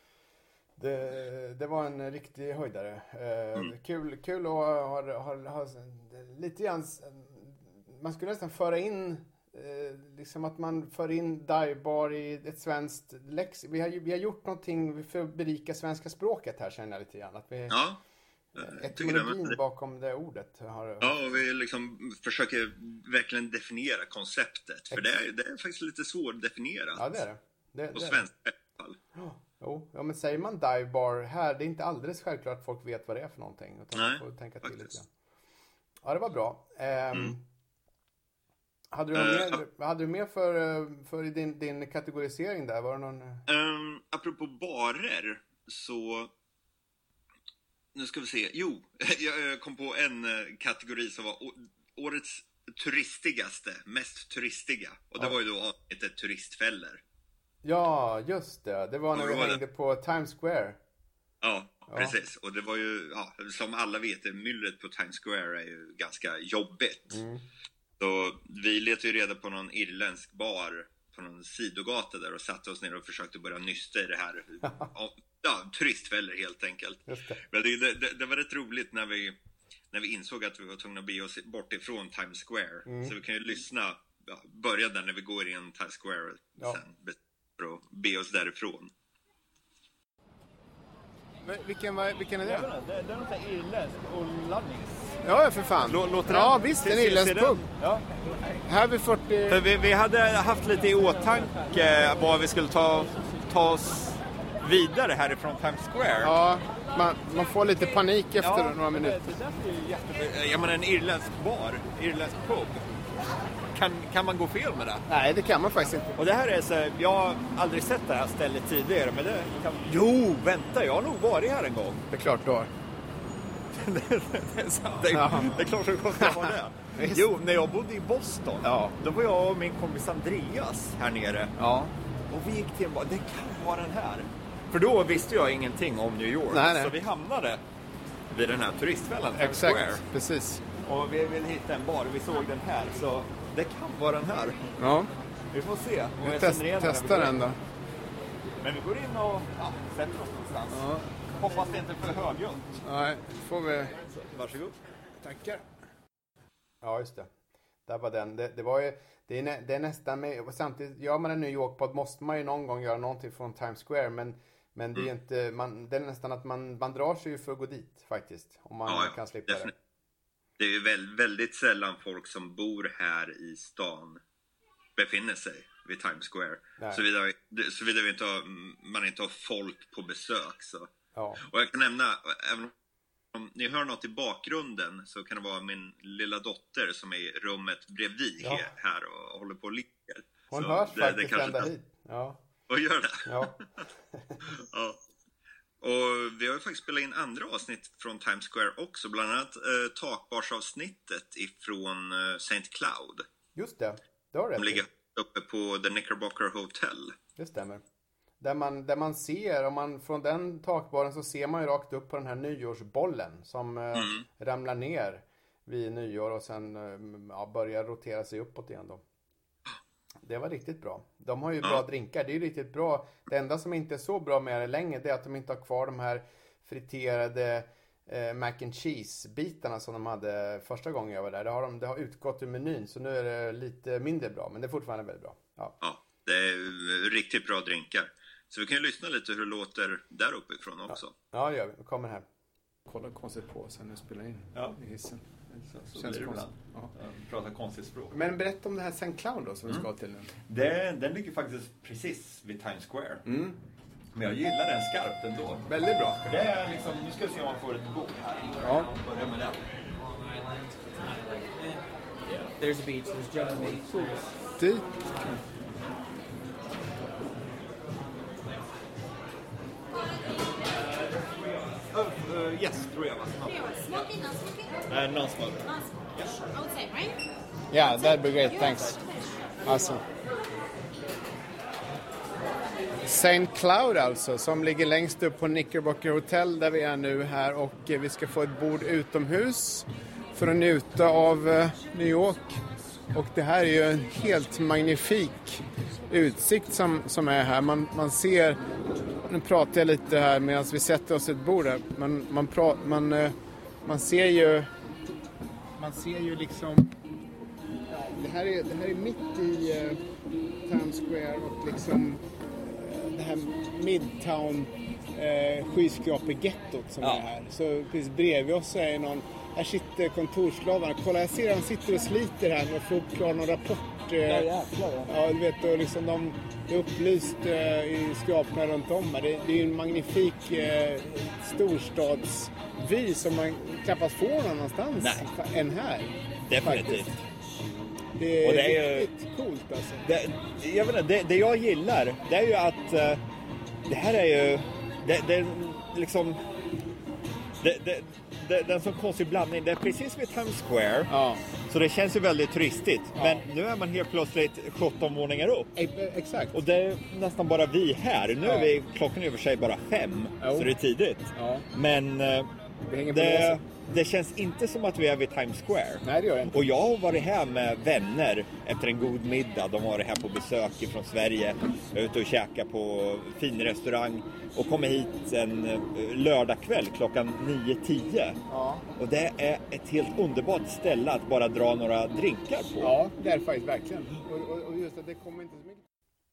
Det, det var en riktig höjdare. Eh, Mm. Kul, kul att ha, ha, ha, ha lite grann. Man skulle nästan föra in eh, liksom att man för in divebar i ett svenskt lex. Vi har, ju- vi har gjort någonting för att berika svenska språket här, känner jag lite grann. Att vi, Ja. Jag tycker det, etymologin men- bakom det ordet har... Ja, och vi liksom försöker verkligen definiera konceptet. För det är, det är faktiskt lite svårdefinierat. Ja, det är det. det, På det är svenska i alla fall. det. Jo, ja, men säger man divebar här, det är inte alldeles självklart att folk vet vad det är för någonting. Utan Nej, man får tänka till lite faktiskt. grann. Ja, det var bra. Ehm, Mm. Hade du, någon Eh, mer, hade du mer för, eh, för din, din kategorisering där? Var det någon... Um, apropå barer så... Nu ska vi se. Jo, jag kom på en eh, kategori som var å- årets turistigaste, mest turistiga. Och det Ja. var ju då avsnittet turistfällor. Ja, just det. Det var när Ja, vi det var det. hängde på Times Square. Ja, Ja. precis. Och det var ju, ja, som alla vet, det myllret på Times Square är ju ganska jobbigt. Mm. Så vi letade ju reda på någon irländsk bar på någon sidogata där och satte oss ner och försökte börja nysta i det här. Ja, turistfällor helt enkelt. Just det. Men det, det, det var rätt roligt när vi, när vi insåg att vi var tvungna att bege oss bort ifrån Times Square. Mm. Så vi kan ju lyssna, ja, börja där när vi går in Times Square Ja. sen för att be oss därifrån. Men vilken, var- vilken är det? Det, det är något sånt irländskt Olanis. Ja, för fan. Låter ja, den- visst. ser- En ser- irländsk ser den? pub. Ja. Här vid fyrtio... För vi, vi hade haft lite i åtanke vad vi skulle ta, ta oss vidare härifrån Times Square. Ja, man, man får lite panik efter några minuter. Det, det där är ju jättebra. Jag menar en irländsk bar, irländsk pub. Kan, kan man gå fel med det? Nej, det kan man faktiskt inte. Och det här är så, jag har aldrig sett det här stället tidigare, men det kan... Jo, vänta, jag har nog varit här en gång. Det är klart du har. det, är sant. Det, Ja. det är klart att jag har det. Visst. Jo, när jag bodde i Boston, Ja. då var jag och min kompis Andreas här nere. Ja. Och vi gick till en bar, det kan vara den här. För då visste jag ingenting om New York. Nej, nej. Så vi hamnade vid den här turistfällan, Times Square. Exakt, precis. Och vi ville hitta en bar, vi såg den här. Så det kan vara den här. Ja, Vi får se. om vi jag test, känner igen när vi testar går den in. då. Men vi går in och ja, sätter oss någonstans. Ja. Hoppas det inte är för högljutt. Nej, får vi... Varsågod. Tackar. Ja, just det. Där var den. Det, det var ju, det är, nä, det är nästan med, och samtidigt, gör man en New York-podd måste man ju någon gång göra någonting från Times Square, men, men det är ju inte, man, det är nästan att man, man drar sig ju för att gå dit faktiskt, om man Ja, ja, kan slippa definitivt. det. Det är ju väl, väldigt sällan folk som bor här i stan befinner sig vid Times Square. Nej. Såvida, såvida vi inte har, man inte har folk på besök. Så. Ja, Och jag kan nämna, även om ni hör något i bakgrunden så kan det vara min lilla dotter som är i rummet bredvid Ja. här och håller på och leker. Hon Så hörs det- faktiskt det kanske ända kan- hit. Ja. Och gör det. Ja. Ja. Och vi har ju faktiskt spelat in andra avsnitt från Times Square också. Bland annat eh, takbarsavsnittet ifrån eh, Saint Cloud. Just det, det har du Som rätt i. ligger uppe på The Knickerbocker Hotel. Det stämmer. Där man, där man ser, om man från den takbaren så ser man ju rakt upp på den här nyårsbollen som eh, Mm. ramlar ner vid nyår och sen eh, ja, börjar rotera sig uppåt igen då. Det var riktigt bra. De har ju bra Ja. drinkar, det är ju riktigt bra. Det enda som inte är så bra med det längre, det är att de inte har kvar de här friterade eh, mac and cheese bitarna som de hade första gången jag var där. Det har, de, det har utgått ur menyn, så nu är det lite mindre bra, men det är fortfarande väldigt bra. Ja. Ja, det är riktigt bra drinkar. Så vi kan ju lyssna lite hur det låter där uppifrån också. Ja, det gör vi. Vi kommer här. Kolla konstigt på sen när du spelar in Ja. i hissen. Så Känns blir det konstigt. ibland. Ja. Prata konstigt språk. Men berätta om det här Saint Cloud då som vi ska till nu. Det, den ligger faktiskt precis vid Times Square. Mm. Men jag gillar den skarpt ändå. Väldigt bra. Det är liksom, nu ska vi se om man får ett bord här. Ja. Börja med den. There's a beach, there's jungle. Dit. Uh, yes, tror jag va? Smoking, not smoking? Uh, non-smoke. Not smoking. Outside, right? Yeah, that'd be great, thanks. Awesome. Saint Cloud alltså, som ligger längst upp på Knickerbocker Hotel där vi är nu här, och eh, vi ska få ett bord utomhus för att njuta av eh, New York. Och det här är ju en helt magnifik utsikt som, som är här. Man, man ser, nu pratar jag lite här medan vi sätter oss ett bord här. Man, man, pra, man, eh, man ser ju, man ser ju liksom, ja, det här är, det här är mitt i eh, Times Square och liksom eh, det här Midtown eh, skyskrapegettot som Ja. är här. Så precis bredvid oss så är någon, här sitter kontorsslavarna. Kolla, jag ser han sitter och sliter här för att få upp klar någon rapport. Eh, ja, ja, du vet, och liksom de är upplyst eh, i skraporna runt om här. Det, det är ju en magnifik eh, storstadsvy som man knappast får någon annanstans Nej. än här. Definitivt. Det är, Och det är ju- riktigt coolt alltså. Det, jag vet inte, det, det jag gillar, det är ju att eh, det här är ju, det, det liksom, det, det, det, det är en sån konstig blandning. Det är precis vid Times Square, Ja, så det känns ju väldigt turistigt. Ja. Men nu är man helt plötsligt sjutton våningar upp. e- exakt. Och det är nästan bara vi här. Nu Ja. är vi, klockan är i och för sig bara fem, Jo. så det är tidigt. Ja. Men eh, Det hänger på det, låset. det känns inte som att vi är vid Times Square. Nej, det gör det inte. Och jag har varit här med vänner efter en god middag. De har varit här på besök från Sverige. Jag är ute och käkar på fin restaurang. Och kommer hit en eh, lördagkväll klockan nio tio. Ja. Och det är ett helt underbart ställe att bara dra några drinkar på. Ja, det är det faktiskt verkligen. Och, och, och just att det kommer inte så mycket.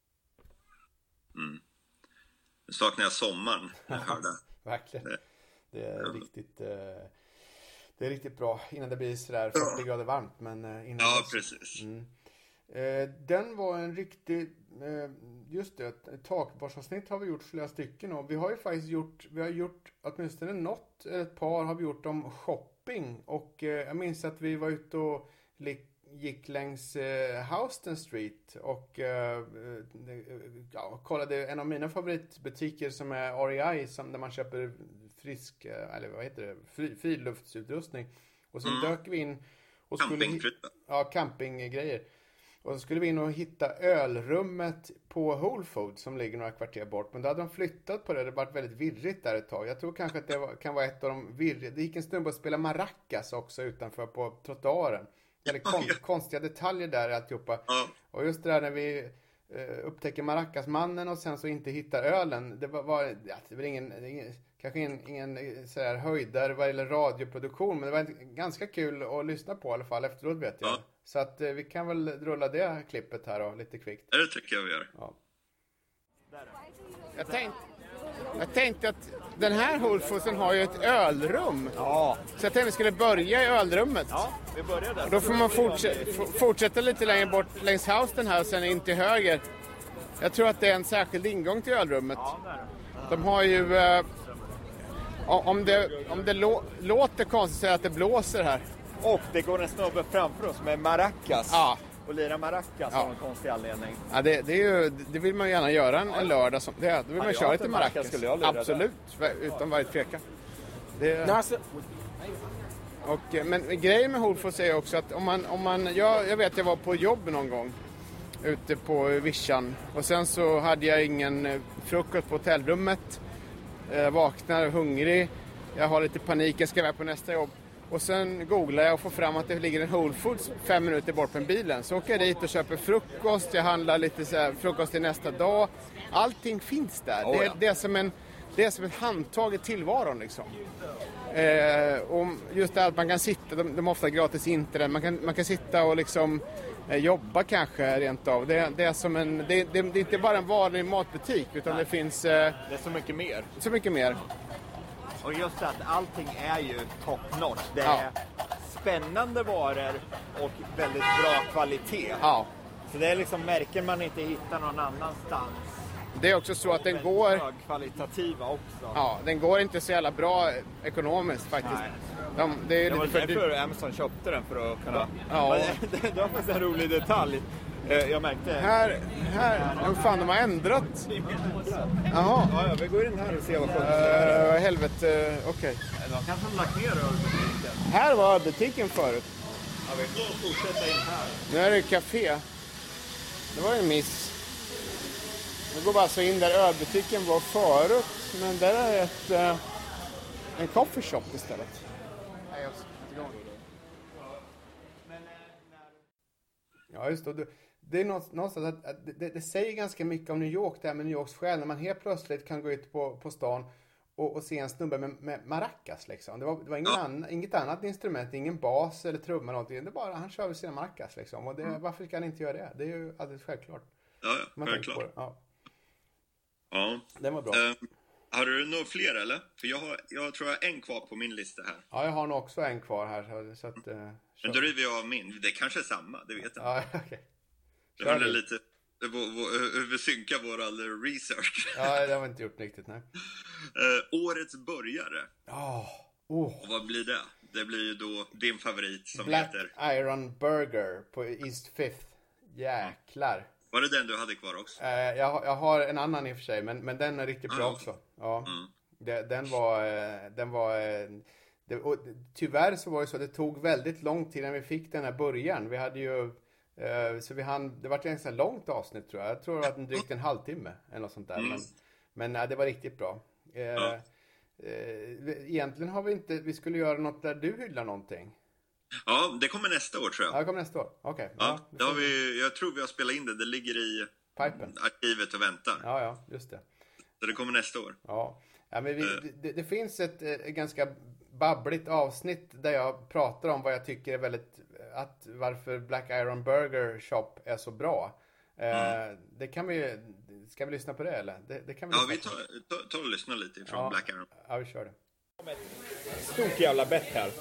Nu saknar jag sommaren, när jag hör det. Verkligen. Det är riktigt, eh, det är riktigt bra innan det blir sådär fyrtio grader varmt. Men eh, innan Ja, dess- precis. Mm. Eh, den var en riktig, eh, just det, ett takbarsavsnitt har vi gjort flera stycken, och vi har ju faktiskt gjort, vi har gjort åtminstone något, ett par har vi gjort om shopping, och eh, jag minns att vi var ute och li- gick längs eh, Houston Street och eh, eh, ja, kollade en av mina favoritbutiker som är R E I, som där man köper frisk, eh, eller vad heter det, fri, friluftsutrustning, och sen dök vi in och skulle Campingprylar. ja, campinggrejer. Och så skulle vi in och hitta ölrummet på Whole Foods som ligger några kvarter bort. Men då hade de flyttat på det. Det varit väldigt virrigt där ett tag. Jag tror kanske att det var, kan vara ett av de virriga. Det gick en stund att spela maracas också utanför på trottoaren. Eller kon, konstiga detaljer där alltihopa. Ja. Och just det där när vi eh, upptäcker maracasmannen och sen så inte hittar ölen. Det var, var, ja, det var ingen, ingen, kanske ingen, ingen eh, så här höjdare vad gäller radioproduktion. Men det var en, ganska kul att lyssna på i alla fall efteråt, vet jag. Ja. Så att eh, vi kan väl rulla det klippet här då, lite kvickt. Det tycker jag vi gör. Ja. Jag tänkte, jag tänkte att den här Whole Foodsen har ju ett ölrum. Ja, Så jag tänkte vi skulle börja i ölrummet. ja vi börjar där. Och då får man fortsätta, f- fortsätta lite längre bort längs Houston här och sen in till höger. Jag tror att det är en särskild ingång till ölrummet. De har ju... Eh, om det, om det lå, låter konstigt så är det att det blåser här. Och det går en snubbe framför oss med maracas. Ja. och lira maracas Ja. av någon konstig anledning. Ja, det, det, är ju, det vill man ju gärna göra en, en lördag. Som, det, då vill man jag köra har lite inte maracas, maracas. skulle jag lira Absolut, utan varje tvekan. Det, No, I said, och, eh, men grejen med Hultfors är också att om man, om man jag, jag vet jag var på jobb någon gång ute på Vischan och sen så hade jag ingen eh, frukost på hotellrummet. Jag vaknar hungrig, jag har lite panik, jag ska iväg på nästa jobb. Och sen googlar jag och får fram att det ligger en Whole Foods fem minuter bort från bilen. Så åker jag dit och köper frukost, jag handlar lite så här, frukost till nästa dag. Allting finns där. Oh, det, är, ja. det, är som en, det är som ett handtag i tillvaron liksom. Eh, och just det att man kan sitta, de, de har ofta gratis internet, man kan, man kan sitta och liksom eh, jobba kanske rent av. Det, det är som en, det, det, det är inte bara en vanlig matbutik utan det finns eh, Det är så mycket mer. så mycket mer. Och just det att allting är ju top notch. Det är Ja. spännande varor och väldigt bra kvalitet. Ja. Så det är liksom märken man inte hittar någon annanstans. Det är också så att den Väldigt går, högkvalitativa också. ja, den går inte så jävla bra ekonomiskt faktiskt. Nej. De, det är Det var lite för därför dyrt. Amazon köpte den för att kunna... Ja. Det, det, det var faktiskt en rolig detalj. Eh, Jag märkte... Här, här, hur fan de har ändrat. Jaha, Ja, ja, vi går in här och ser vad skönt det är. uh, helvete, uh, okej. De kanske har lagt ner ölbutiken. Här var butiken förut. Ja, vi får fortsätta in här. Nu är det café. Det var ju en miss. Nu går bara så in där ölbutiken var förut. Men där är ett, uh, en coffee shop istället. Nej, jag ska inte igång. Ja, just det. Det är någonstans att, att det, det säger ganska mycket om New York, det här med New Yorks själ. När man helt plötsligt kan gå ut på, på stan och, och se en snubbe med, med maracas liksom. Det var, det var ingen annan, inget annat instrument, ingen bas eller trumma eller någonting. Det bara, han kör med sina maracas liksom. Och det, mm. varför ska han inte göra det? Det är ju alldeles självklart. Ja, ja, Man självklart. Ja. Ja. Den var bra. Uh, har du några fler eller? För jag, har, jag tror jag har en kvar på min lista här. Ja, jag har nog också en kvar här. Så, så att, uh, Men då river jag av min. Det kanske är samma, det vet jag. Ja, okej. Okay. Det var lite hur vi synkar vår all research. Ja, det har vi inte gjort riktigt, nej. uh, årets börjare. Oh. Oh. Och vad blir det? Det blir ju då din favorit som Black heter Iron Burger på East Fifth. Jäklar. Var det den du hade kvar också? Uh, jag, jag har en annan i och för sig, men, men den är riktigt bra ah, också. Ja. Mm. Det, den var... Den var det, och, tyvärr så var det så att det tog väldigt lång tid när vi fick den här början. Vi hade ju... Uh, så vi hann, det var ett ganska långt avsnitt tror jag. Jag tror det var drygt en halvtimme eller något sånt där. Mm. Men, men nej, det var riktigt bra. Uh, ja. uh, egentligen har vi inte... Vi skulle göra något där du hyllar någonting. Ja, det kommer nästa år tror jag. Ja, det kommer nästa år. Okej. Okay. Ja, ja har vi, jag tror vi har spelat in det. Det ligger i Pipen. Arkivet och väntar. Ja, ja, just det. Så det kommer nästa år. Ja, ja men vi, uh. det, det finns ett, ett ganska babbligt avsnitt där jag pratar om vad jag tycker är väldigt... Att varför Black Iron Burger Shop är så bra. Mm. Uh, det kan vi... Ska vi lyssna på det eller? Det, det kan vi ja, vi tar, tar, tar och lyssnar lite från ja. Black Iron. Ja, vi kör det. Stort jävla bett här.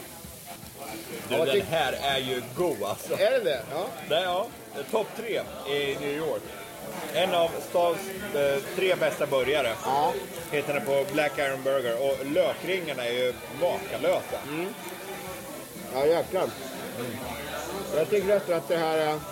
Du, ja, den här är ju god alltså. Är det det? Ja. Det är ja. Topp tre i New York. En av stans eh, tre bästa burgare. Ja. Heter den på Black Iron Burger. Och lökringarna är ju makalösa. Mm. Ja, jäklar. Mm. Jag tycker efter att det här... Äh...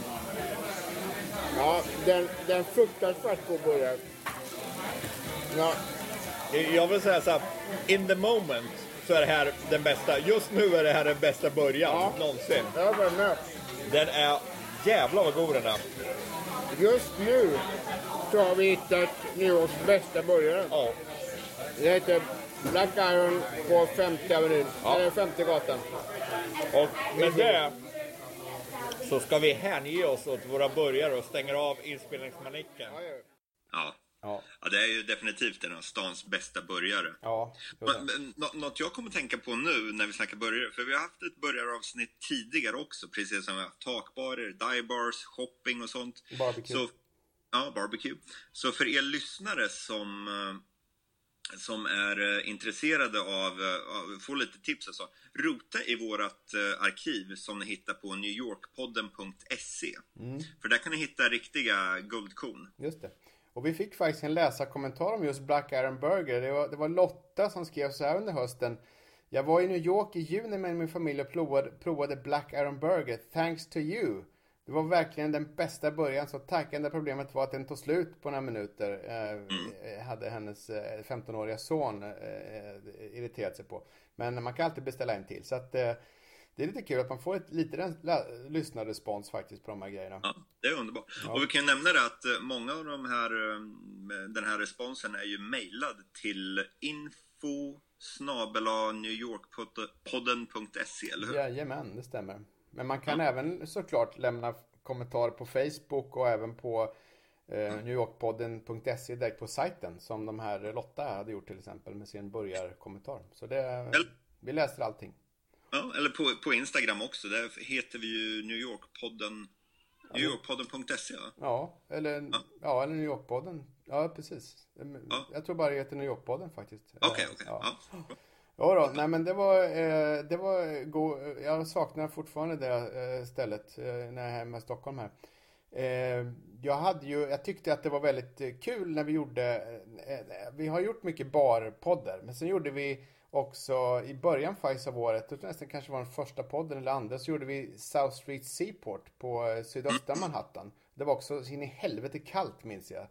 Ja, den, den fruktansvärt god burgare. Ja. Jag vill säga så här, in the moment så är det här den bästa. Just nu är det här den bästa början ja. någonsin. Jag var med. Den är jävla vad god den är. Just nu så har vi hittat New Yorks bästa burgare. Ja. Det heter Black Iron på femte avenyn. Ja. Eller femte gatan. Och med det så ska vi hänge oss åt våra burgare och stänga av inspelningsmanicken. Ja. Ja. Ja, det är ju definitivt en av stans bästa burgare. Ja, men, men, något jag kommer tänka på nu när vi snackar burgare, för vi har haft ett burgaravsnitt tidigare också, precis som vi har haft takbarer, dive bars, shopping och sånt. Barbecue. Så, ja, barbecue. Så för er lyssnare som, som är intresserade av att få lite tips och så, rota i vårat arkiv som ni hittar på new york podden punkt se. Mm. För där kan ni hitta riktiga guldkorn. Just det. Och vi fick faktiskt en läsarkommentar om just Black Iron Burger. Det var, det var Lotta som skrev så här under hösten. Jag var i New York i juni med min familj och provade, provade Black Iron Burger. Thanks to you. Det var verkligen den bästa början, så tack. Enda problemet var att den tog slut på några minuter. Eh, mm. Hade hennes eh, femtonåriga son eh, irriterat sig på. Men man kan alltid beställa en till. Så att eh, det är lite kul att man får ett lite lyssnarrespons faktiskt på de här grejerna. Ja, det är underbart. Ja. Och vi kan nämna det att många av de här, den här responsen är ju mejlad till info snabel-a newyorkpodden punkt se, eller hur? Jajamän, det stämmer. Men man kan ja. även såklart lämna kommentarer på Facebook och även på eh, newyorkpodden punkt se direkt på sajten, som de här Lotta hade gjort till exempel med sin börjarkommentar. Så det, eller, vi läser allting. Ja, eller på, på Instagram också. Där heter vi ju New York-podden newyorkpodden punkt se. Ja, ja eller, ja. ja, eller New York-podden. Ja, precis. Ja. Jag tror bara det heter New York-podden faktiskt. Okej, okay, okej. Okay. Ja. Ja. Ja då, nej men det var, eh, det var go- jag saknar fortfarande det eh, stället eh, när jag är hemma i Stockholm här. Eh, jag hade ju, jag tyckte att det var väldigt kul när vi gjorde, eh, vi har gjort mycket barpoddar, men sen gjorde vi också i början faktiskt av året, det nästan kanske var den första podden eller andra, så gjorde vi South Street Seaport på sydöstra Manhattan. Det var också in i helvete kallt, minns jag.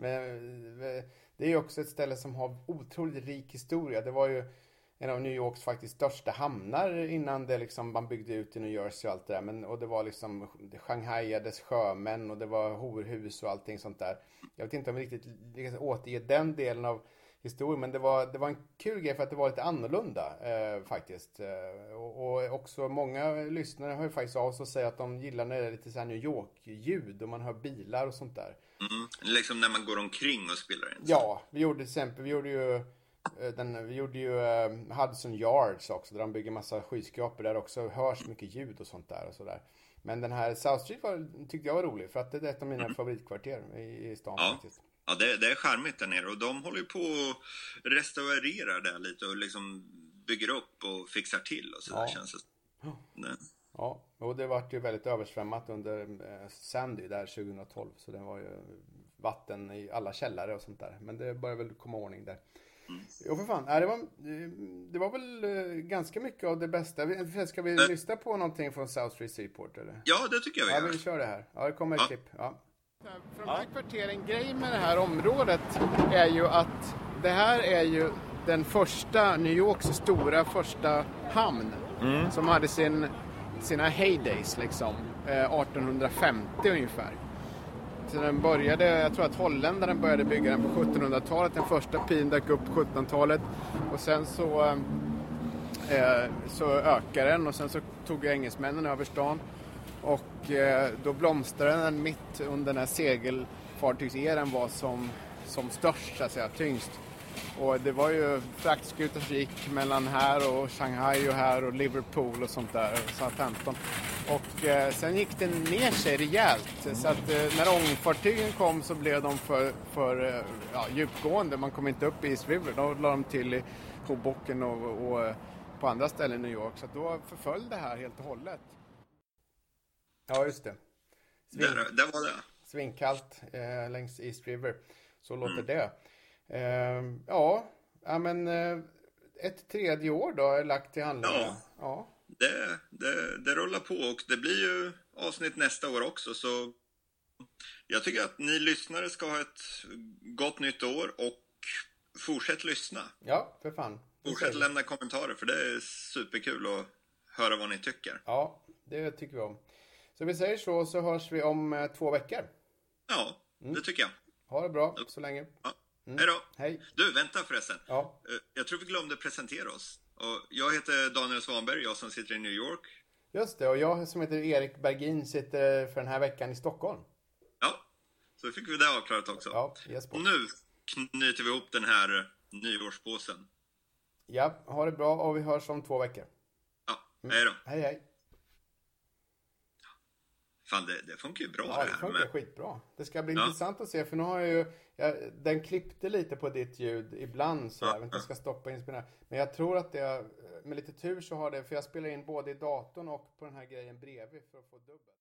Men det är ju också ett ställe som har otroligt rik historia. Det var ju en av New Yorks faktiskt största hamnar innan det liksom man byggde ut i New Jersey och allt det där. Men, och det var liksom, det shanghaiades sjömän och det var horhus och allting sånt där. Jag vet inte om vi riktigt lyckas återge den delen av historien, men det var, det var en kul grej för att det var lite annorlunda eh, faktiskt. Eh, och, och också många lyssnare har ju faktiskt av sig att säga att de gillar när det är lite så här New York-ljud och man hör bilar och sånt där. Mm, liksom när man går omkring och spelar in. Ja, vi gjorde till exempel, vi gjorde ju Den, vi gjorde ju uh, Hudson Yards också, där de bygger massa skyskrapor där också hörs mycket ljud och sånt där och sådär. Men den här South Street var, tyckte jag var rolig, för att det är ett av mina mm. favoritkvarter i, i stan ja. faktiskt. Ja, det, det är charmigt där nere och de håller ju på att restaurera det lite och liksom bygger upp och fixar till och sådär, ja. Känns det. Ja. Ja, och det var ju väldigt översvämmat under eh, Sandy där tjugohundratolv, så det var ju vatten i alla källare och sånt där. Men det börjar väl komma ordning där. Mm. Jo, för fan. Det var, det var väl ganska mycket av det bästa. Ska vi äh. lyssna på någonting från South Street Seaport, eller? Ja, det tycker jag vi ja, gör. Ja, vi kör det här. Ja, det kommer ett ja. klipp. Ja. Från den här kvarteren, grej med det här området är ju att det här är ju den första, New Yorks stora första hamn mm. som hade sin, sina heydays liksom, artonhundrafemtio ungefär. Så den började, jag tror att holländaren började bygga den på sjuttonhundratalet, den första pin dök upp på sjuttonhundratalet och sen så, eh, så ökade den och sen så tog engelsmännen över stan och eh, då blomstrade den mitt under den här segelfartygseran var som, som störst, så att säga, tyngst. Och det var ju fraktskutor som gick mellan här och Shanghai och här och Liverpool och sånt där, Southampton. Och eh, sen gick det ner sig rejält. Så att eh, när ångfartygen kom så blev de för, för eh, ja, djupgående. Man kom inte upp i East River. Då la de till i Hoboken och, och på andra ställen i New York. Så att då förföll det här helt och hållet. Ja, just det. Svin, där, där var det. Svinkallt eh, längs East River. Så låter mm. det. Eh, ja, ja, men eh, ett tredje år då är lagt till handlingar. Ja. Ja. Det, det, det rullar på och det blir ju avsnitt nästa år också, så jag tycker att ni lyssnare ska ha ett gott nytt år och fortsätt lyssna. Ja, för fan. Fortsätt lämna kommentarer, för det är superkul att höra vad ni tycker. Ja, det tycker vi om. Så vi säger så, så hörs vi om eh, två veckor. Ja, mm. det tycker jag. Ha det bra så länge. Ja. Mm. Hej då. Hej. Du, vänta förresten. Ja. Jag tror vi glömde presentera oss. Och jag heter Daniel Svanberg, jag som sitter i New York. Just det, och jag som heter Erik Bergin sitter för den här veckan i Stockholm. Ja, så fick vi det avklarat också. Ja, yes, och nu knyter vi ihop den här nyårspåsen. Ja, ha det bra och vi hörs om två veckor. Ja, hej då. Mm. Hej, hej. Fan, det, det funkar ju bra. Ja, det, det funkar men... skitbra. Det ska bli ja. intressant att se, för nu har jag ju, jag, den klippte lite på ditt ljud ibland, så ja. jag vet inte, jag ska stoppa inspelningen. Men jag tror att det, med lite tur så har det, för jag spelar in både i datorn och på den här grejen bredvid för att få dubbel.